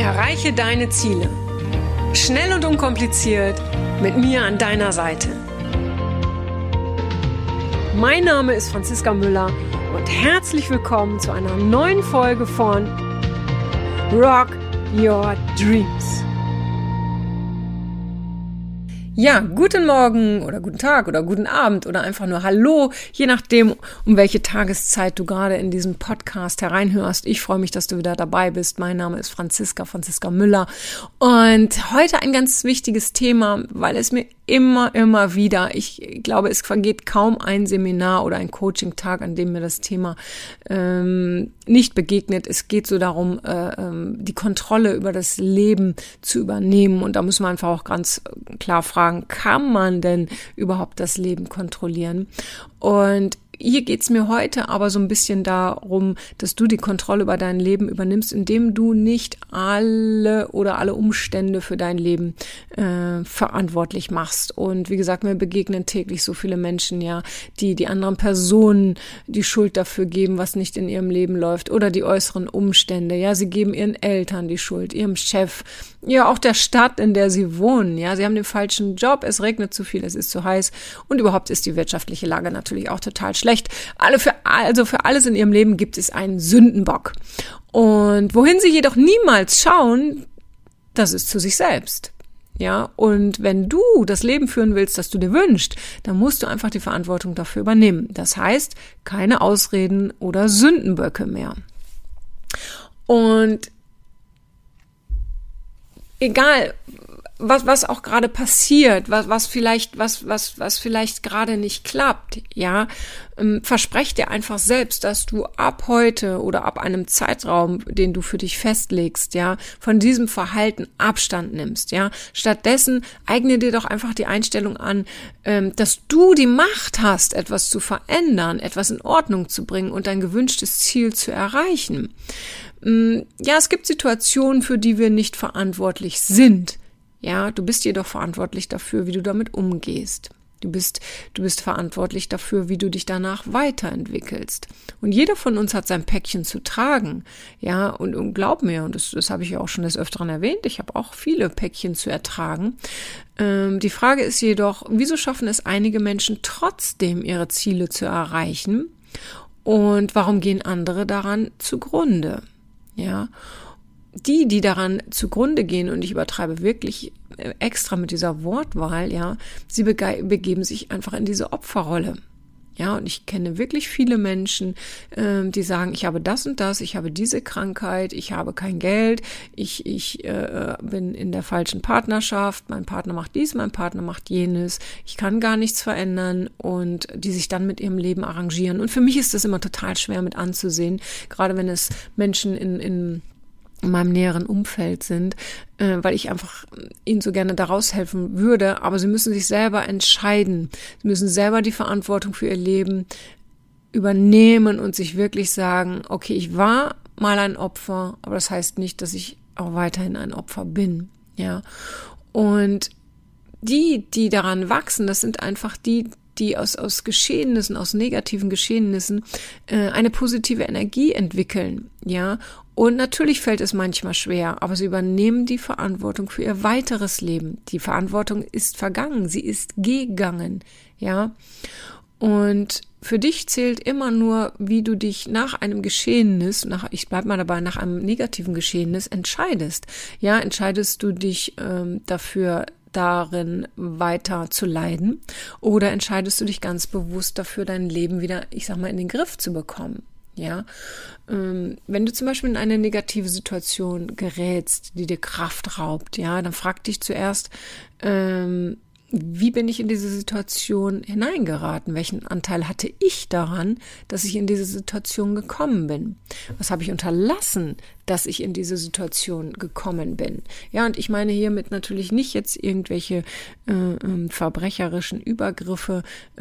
Erreiche deine Ziele. Schnell und unkompliziert mit mir an deiner Seite. Mein Name ist Franziska Müller und herzlich willkommen zu einer neuen Folge von Rock Your Dreams. Ja, guten Morgen oder guten Tag oder guten Abend oder einfach nur Hallo, je nachdem, um welche Tageszeit du gerade in diesem Podcast hereinhörst. Ich freue mich, dass du wieder dabei bist. Mein Name ist Franziska Müller und heute ein ganz wichtiges Thema, weil es mir immer wieder, ich glaube, es vergeht kaum ein Seminar oder ein Coaching-Tag, an dem mir das Thema nicht begegnet. Es geht so darum, die Kontrolle über das Leben zu übernehmen und da müssen wir einfach auch ganz klar fragen, kann man denn überhaupt das Leben kontrollieren? Und hier geht's mir heute aber so ein bisschen darum, dass du die Kontrolle über dein Leben übernimmst, indem du nicht alle Umstände für dein Leben verantwortlich machst. Und wie gesagt, mir begegnen täglich so viele Menschen, ja, die anderen Personen die Schuld dafür geben, was nicht in ihrem Leben läuft oder die äußeren Umstände. Ja, sie geben ihren Eltern die Schuld, ihrem Chef, ja auch der Stadt, in der sie wohnen. Ja, sie haben den falschen Job, es regnet zu viel, es ist zu heiß und überhaupt ist die wirtschaftliche Lage natürlich auch total schlecht. Für alles in ihrem Leben gibt es einen Sündenbock. Und wohin sie jedoch niemals schauen, das ist zu sich selbst. Ja, und wenn du das Leben führen willst, das du dir wünschst, dann musst du einfach die Verantwortung dafür übernehmen. Das heißt, keine Ausreden oder Sündenböcke mehr. Und egal, was auch gerade passiert, was vielleicht gerade nicht klappt, ja, versprech dir einfach selbst, dass du ab heute oder ab einem Zeitraum, den du für dich festlegst, ja, von diesem Verhalten Abstand nimmst, ja. Stattdessen eigne dir doch einfach die Einstellung an, dass du die Macht hast, etwas zu verändern, etwas in Ordnung zu bringen und dein gewünschtes Ziel zu erreichen. Ja, es gibt Situationen, für die wir nicht verantwortlich sind. Ja, du bist jedoch verantwortlich dafür, wie du damit umgehst. Du bist verantwortlich dafür, wie du dich danach weiterentwickelst. Und jeder von uns hat sein Päckchen zu tragen. Ja, und glaub mir, und das habe ich ja auch schon des Öfteren erwähnt, ich habe auch viele Päckchen zu ertragen. Die Frage ist jedoch, wieso schaffen es einige Menschen trotzdem, ihre Ziele zu erreichen? Und warum gehen andere daran zugrunde? Ja, die daran zugrunde gehen, und ich übertreibe wirklich extra mit dieser Wortwahl, ja, sie begeben sich einfach in diese Opferrolle. Ja, und ich kenne wirklich viele Menschen, die sagen, ich habe das und das, ich habe diese Krankheit, ich habe kein Geld, ich bin in der falschen Partnerschaft, mein Partner macht dies, mein Partner macht jenes, ich kann gar nichts verändern, und die sich dann mit ihrem Leben arrangieren. Und für mich ist das immer total schwer mit anzusehen, gerade wenn es Menschen in meinem näheren Umfeld sind, weil ich einfach ihnen so gerne daraus helfen würde, aber sie müssen sich selber entscheiden. Sie müssen selber die Verantwortung für ihr Leben übernehmen und sich wirklich sagen, okay, ich war mal ein Opfer, aber das heißt nicht, dass ich auch weiterhin ein Opfer bin. Ja. Und die daran wachsen, das sind einfach die aus Geschehnissen, aus negativen Geschehnissen eine positive Energie entwickeln, ja. Und natürlich fällt es manchmal schwer, aber sie übernehmen die Verantwortung für ihr weiteres Leben. Die Verantwortung ist vergangen, sie ist gegangen, ja. Und für dich zählt immer nur, wie du dich nach einem Geschehnis, ich bleib mal dabei, nach einem negativen Geschehnis entscheidest. Ja, entscheidest du dich dafür, darin weiter zu leiden, oder entscheidest du dich ganz bewusst dafür, dein Leben wieder, ich sag mal, in den Griff zu bekommen? Ja, wenn du zum Beispiel in eine negative Situation gerätst, die dir Kraft raubt, ja, dann frag dich zuerst, wie bin ich in diese Situation hineingeraten? Welchen Anteil hatte ich daran, dass ich in diese Situation gekommen bin? Was habe ich unterlassen, dass ich in diese Situation gekommen bin? Ja, und ich meine hiermit natürlich nicht jetzt irgendwelche verbrecherischen Übergriffe,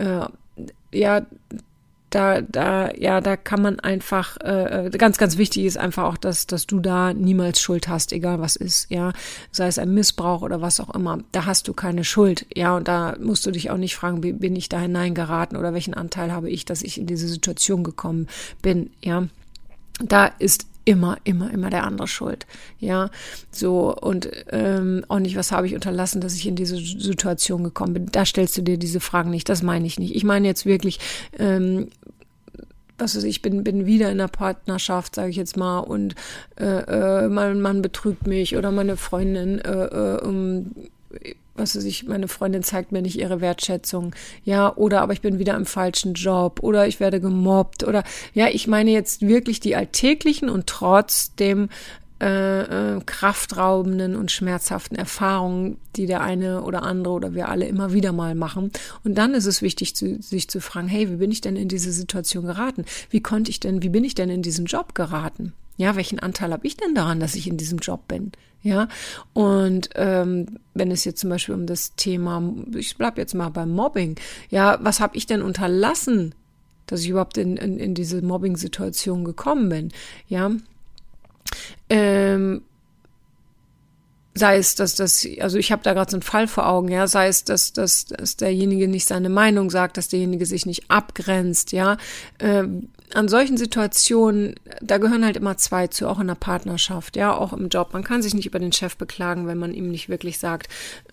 da kann man einfach, ganz wichtig ist einfach auch, dass du da niemals Schuld hast, egal was ist, ja, sei es ein Missbrauch oder was auch immer, da hast du keine Schuld, ja, und da musst du dich auch nicht fragen, wie bin ich da hineingeraten oder welchen Anteil habe ich, dass ich in diese Situation gekommen bin, ja. Da ist immer der andere schuld. Ja, so, und auch nicht, was habe ich unterlassen, dass ich in diese Situation gekommen bin. Da stellst du dir diese Fragen nicht, das meine ich nicht. Ich meine jetzt wirklich, was weiß ich, bin wieder in einer Partnerschaft, sage ich jetzt mal, und mein Mann betrügt mich oder meine Freundin, was weiß ich, meine Freundin zeigt mir nicht ihre Wertschätzung, ja, oder aber ich bin wieder im falschen Job oder ich werde gemobbt oder, ja, ich meine jetzt wirklich die alltäglichen und trotzdem kraftraubenden und schmerzhaften Erfahrungen, die der eine oder andere oder wir alle immer wieder mal machen. Und dann ist es wichtig, sich zu fragen, hey, wie bin ich denn in diese Situation geraten? Wie bin ich denn in diesen Job geraten? Ja, welchen Anteil habe ich denn daran, dass ich in diesem Job bin? Ja, und wenn es jetzt zum Beispiel um das Thema, ich bleibe jetzt mal beim Mobbing, ja, was habe ich denn unterlassen, dass ich überhaupt in diese Mobbing-Situation gekommen bin? Ja, sei es, also ich habe da gerade so einen Fall vor Augen, ja, sei es, dass derjenige nicht seine Meinung sagt, dass derjenige sich nicht abgrenzt, ja, an solchen Situationen, da gehören halt immer zwei zu, auch in der Partnerschaft, ja, auch im Job. Man kann sich nicht über den Chef beklagen, wenn man ihm nicht wirklich sagt,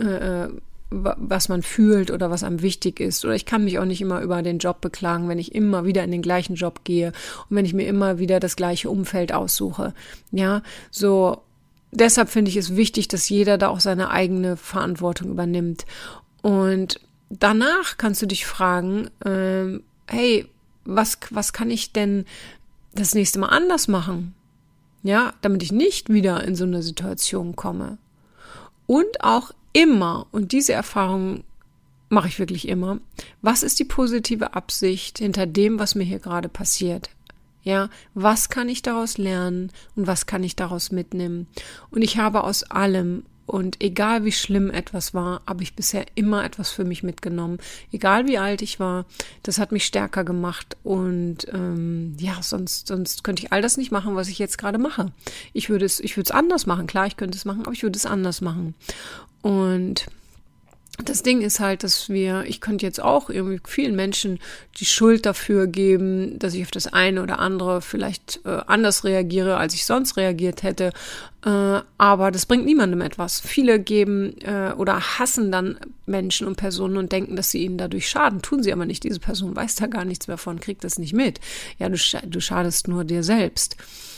was man fühlt oder was einem wichtig ist. Oder ich kann mich auch nicht immer über den Job beklagen, wenn ich immer wieder in den gleichen Job gehe und wenn ich mir immer wieder das gleiche Umfeld aussuche. Ja, so, deshalb finde ich es wichtig, dass jeder da auch seine eigene Verantwortung übernimmt. Und danach kannst du dich fragen, hey, was kann ich denn das nächste Mal anders machen? Ja, damit ich nicht wieder in so eine Situation komme. Und auch immer, und diese Erfahrung mache ich wirklich immer, was ist die positive Absicht hinter dem, was mir hier gerade passiert? Ja, was kann ich daraus lernen und was kann ich daraus mitnehmen? Und ich habe aus allem, und egal wie schlimm etwas war, habe ich bisher immer etwas für mich mitgenommen. Egal wie alt ich war, das hat mich stärker gemacht. Und ja, sonst könnte ich all das nicht machen, was ich jetzt gerade mache. Ich würde es anders machen. Klar, ich könnte es machen, aber ich würde es anders machen. Und das Ding ist halt, ich könnte jetzt auch irgendwie vielen Menschen die Schuld dafür geben, dass ich auf das eine oder andere vielleicht anders reagiere, als ich sonst reagiert hätte. Aber das bringt niemandem etwas. Viele geben oder hassen dann Menschen und Personen und denken, dass sie ihnen dadurch schaden. Tun sie aber nicht. Diese Person weiß da gar nichts mehr von, kriegt das nicht mit. Ja, du schadest nur dir selbst.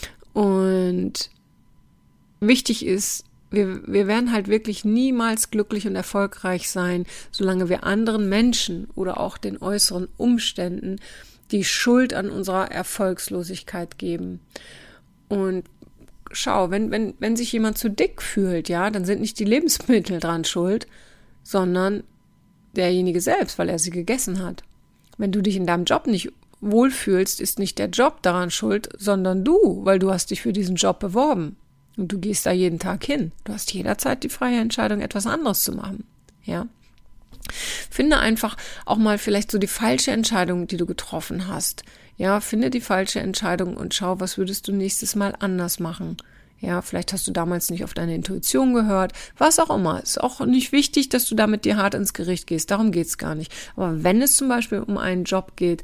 Und wichtig ist, wir werden halt wirklich niemals glücklich und erfolgreich sein, solange wir anderen Menschen oder auch den äußeren Umständen die Schuld an unserer Erfolgslosigkeit geben. Und schau, wenn sich jemand zu dick fühlt, ja, dann sind nicht die Lebensmittel dran schuld, sondern derjenige selbst, weil er sie gegessen hat. Wenn du dich in deinem Job nicht wohlfühlst, ist nicht der Job daran schuld, sondern du, weil du hast dich für diesen Job beworben. Und du gehst da jeden Tag hin. Du hast jederzeit die freie Entscheidung, etwas anderes zu machen. Ja. Finde einfach auch mal vielleicht so die falsche Entscheidung, die du getroffen hast. Ja, finde die falsche Entscheidung und schau, was würdest du nächstes Mal anders machen. Ja, vielleicht hast du damals nicht auf deine Intuition gehört, was auch immer. Ist auch nicht wichtig, dass du damit dir hart ins Gericht gehst. Darum geht's gar nicht. Aber wenn es zum Beispiel um einen Job geht,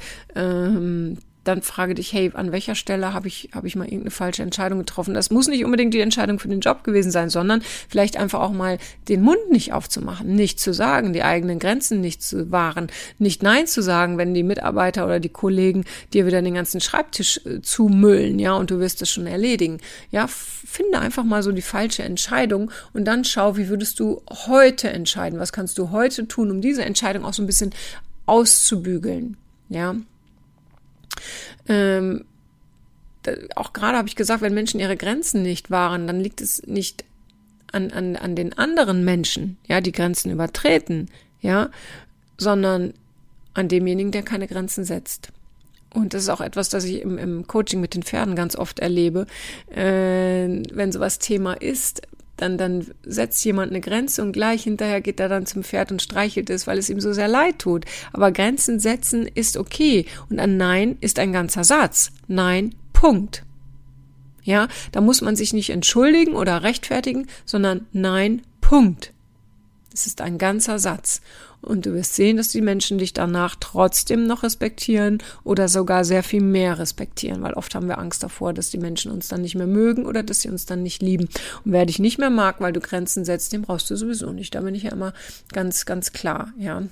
dann frage dich, hey, an welcher Stelle habe ich mal irgendeine falsche Entscheidung getroffen? Das muss nicht unbedingt die Entscheidung für den Job gewesen sein, sondern vielleicht einfach auch mal den Mund nicht aufzumachen, nicht zu sagen, die eigenen Grenzen nicht zu wahren, nicht Nein zu sagen, wenn die Mitarbeiter oder die Kollegen dir wieder den ganzen Schreibtisch zumüllen, ja, und du wirst es schon erledigen. Ja, finde einfach mal so die falsche Entscheidung und dann schau, wie würdest du heute entscheiden? Was kannst du heute tun, um diese Entscheidung auch so ein bisschen auszubügeln? Ja. Auch gerade habe ich gesagt, wenn Menschen ihre Grenzen nicht wahren, dann liegt es nicht an den anderen Menschen, ja, die Grenzen übertreten, ja, sondern an demjenigen, der keine Grenzen setzt. Und das ist auch etwas, das ich im Coaching mit den Pferden ganz oft erlebe. Wenn sowas Thema ist, dann setzt jemand eine Grenze und gleich hinterher geht er dann zum Pferd und streichelt es, weil es ihm so sehr leid tut. Aber Grenzen setzen ist okay. Und ein Nein ist ein ganzer Satz. Nein, Punkt. Ja, da muss man sich nicht entschuldigen oder rechtfertigen, sondern Nein, Punkt. Das ist ein ganzer Satz. Und du wirst sehen, dass die Menschen dich danach trotzdem noch respektieren oder sogar sehr viel mehr respektieren, weil oft haben wir Angst davor, dass die Menschen uns dann nicht mehr mögen oder dass sie uns dann nicht lieben. Und wer dich nicht mehr mag, weil du Grenzen setzt, den brauchst du sowieso nicht. Da bin ich ja immer ganz, ganz klar, ja.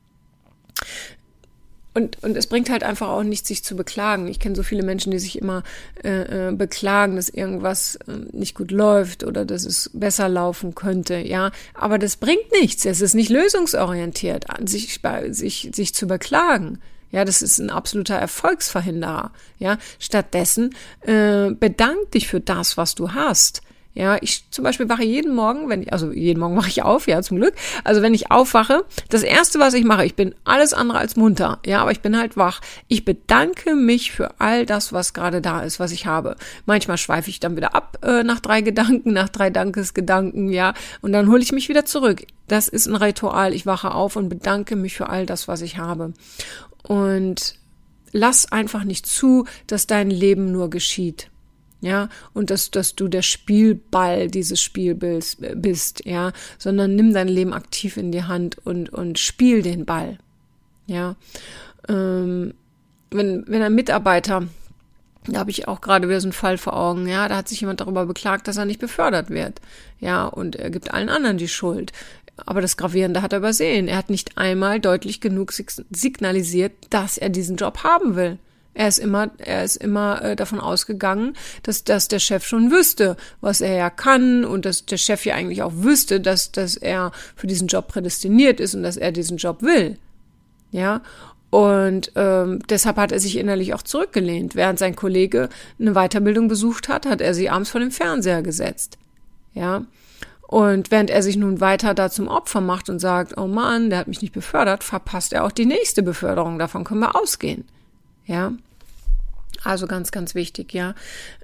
Und es bringt halt einfach auch nichts, sich zu beklagen. Ich kenne so viele Menschen, die sich immer beklagen, dass irgendwas nicht gut läuft oder dass es besser laufen könnte, ja. Aber das bringt nichts. Es ist nicht lösungsorientiert, sich zu beklagen. Ja, das ist ein absoluter Erfolgsverhinderer. Ja, stattdessen bedank dich für das, was du hast. Ja, ich zum Beispiel wache jeden Morgen wache ich auf, ja, zum Glück. Also wenn ich aufwache, das Erste, was ich mache, ich bin alles andere als munter, ja, aber ich bin halt wach. Ich bedanke mich für all das, was gerade da ist, was ich habe. Manchmal schweife ich dann wieder ab nach 3 Gedanken, nach 3 Dankesgedanken, ja, und dann hole ich mich wieder zurück. Das ist ein Ritual. Ich wache auf und bedanke mich für all das, was ich habe. Und lass einfach nicht zu, dass dein Leben nur geschieht. Ja, und dass du der Spielball dieses Spiels bist, ja, sondern nimm dein Leben aktiv in die Hand und spiel den Ball, ja. Wenn ein Mitarbeiter, da habe ich auch gerade wieder so einen Fall vor Augen, ja, da hat sich jemand darüber beklagt, dass er nicht befördert wird, ja, und er gibt allen anderen die Schuld. Aber das Gravierende hat er übersehen. Er hat nicht einmal deutlich genug signalisiert, dass er diesen Job haben will. Er ist immer davon ausgegangen, dass der Chef schon wüsste, was er ja kann und dass der Chef ja eigentlich auch wüsste, dass er für diesen Job prädestiniert ist und dass er diesen Job will. Ja, und deshalb hat er sich innerlich auch zurückgelehnt. Während sein Kollege eine Weiterbildung besucht hat, hat er sie abends vor den Fernseher gesetzt. Ja, und während er sich nun weiter da zum Opfer macht und sagt, oh Mann, der hat mich nicht befördert, verpasst er auch die nächste Beförderung. Davon können wir ausgehen. Ja, also ganz, ganz wichtig, ja.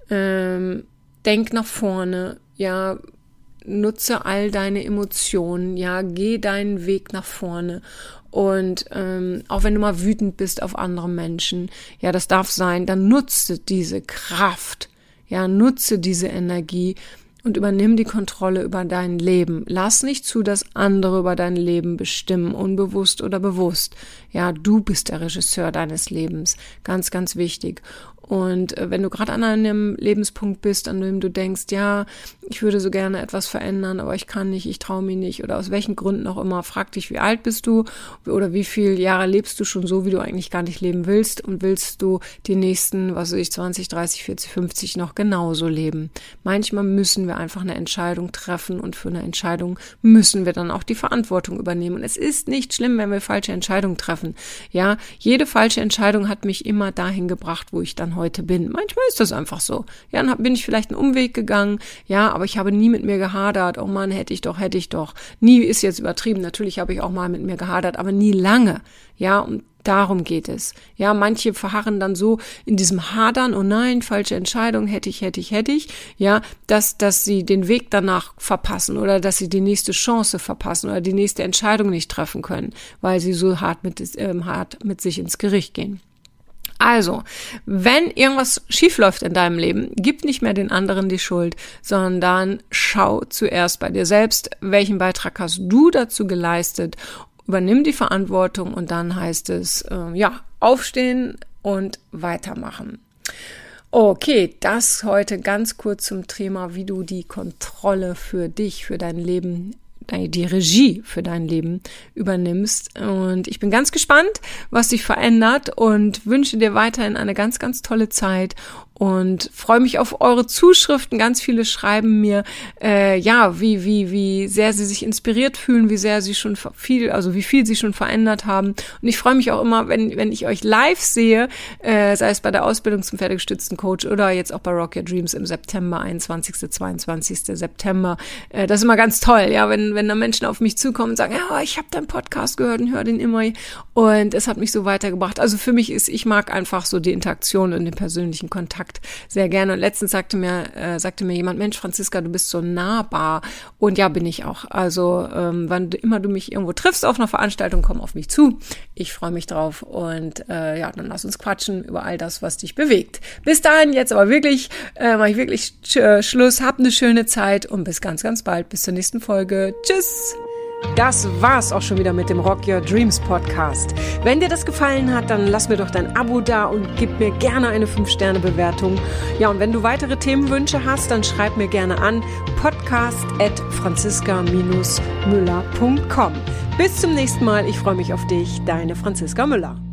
Denk nach vorne, ja, nutze all deine Emotionen, ja, geh deinen Weg nach vorne. Und auch wenn du mal wütend bist auf andere Menschen, ja, das darf sein, dann nutze diese Kraft, ja, nutze diese Energie und übernimm die Kontrolle über dein Leben. Lass nicht zu, dass andere über dein Leben bestimmen, unbewusst oder bewusst. Ja, du bist der Regisseur deines Lebens. Ganz, ganz wichtig. Und wenn du gerade an einem Lebenspunkt bist, an dem du denkst, ja, ich würde so gerne etwas verändern, aber ich kann nicht, ich traue mich nicht oder aus welchen Gründen auch immer, frag dich, wie alt bist du oder wie viele Jahre lebst du schon so, wie du eigentlich gar nicht leben willst und willst du die nächsten, 20, 30, 40, 50 noch genauso leben. Manchmal müssen wir einfach eine Entscheidung treffen und für eine Entscheidung müssen wir dann auch die Verantwortung übernehmen. Und es ist nicht schlimm, wenn wir falsche Entscheidungen treffen. Ja, jede falsche Entscheidung hat mich immer dahin gebracht, wo ich dann heute bin. Manchmal ist das einfach so. Ja, dann bin ich vielleicht einen Umweg gegangen, ja, aber ich habe nie mit mir gehadert. Oh Mann, hätte ich doch. Nie ist jetzt übertrieben. Natürlich habe ich auch mal mit mir gehadert, aber nie lange. Ja, und darum geht es. Ja, manche verharren dann so in diesem Hadern, oh nein, falsche Entscheidung, hätte ich, ja, dass sie den Weg danach verpassen oder dass sie die nächste Chance verpassen oder die nächste Entscheidung nicht treffen können, weil sie so hart mit sich ins Gericht gehen. Also, wenn irgendwas schiefläuft in deinem Leben, gib nicht mehr den anderen die Schuld, sondern schau zuerst bei dir selbst, welchen Beitrag hast du dazu geleistet, übernimm die Verantwortung und dann heißt es, aufstehen und weitermachen. Okay, das heute ganz kurz zum Thema, wie du die Kontrolle für dich, für dein Leben, die Regie für dein Leben übernimmst. Und ich bin ganz gespannt, was sich verändert und wünsche dir weiterhin eine ganz, ganz tolle Zeit und freue mich auf eure Zuschriften. Ganz viele schreiben mir, wie sehr sie sich inspiriert fühlen, wie viel sie schon verändert haben. Und ich freue mich auch immer, wenn ich euch live sehe, sei es bei der Ausbildung zum pferdegestützten Coach oder jetzt auch bei Rock Your Dreams im September, 21., 22. September. Das ist immer ganz toll, ja, wenn da Menschen auf mich zukommen und sagen, ja, ich habe deinen Podcast gehört und höre den immer. Und es hat mich so weitergebracht. Also für mich ich mag einfach so die Interaktion und den persönlichen Kontakt sehr gerne. Und letztens sagte mir jemand, Mensch, Franziska, du bist so nahbar. Und ja, bin ich auch. Also wann immer du mich irgendwo triffst auf einer Veranstaltung, komm auf mich zu. Ich freue mich drauf. Und dann lass uns quatschen über all das, was dich bewegt. Bis dahin jetzt aber wirklich, mache ich wirklich Schluss. Hab eine schöne Zeit und bis ganz, ganz bald. Bis zur nächsten Folge. Tschüss! Das war's auch schon wieder mit dem Rock Your Dreams Podcast. Wenn dir das gefallen hat, dann lass mir doch dein Abo da und gib mir gerne eine 5-Sterne-Bewertung. Ja, und wenn du weitere Themenwünsche hast, dann schreib mir gerne an podcast@franziska-müller.com. Bis zum nächsten Mal. Ich freue mich auf dich. Deine Franziska Müller.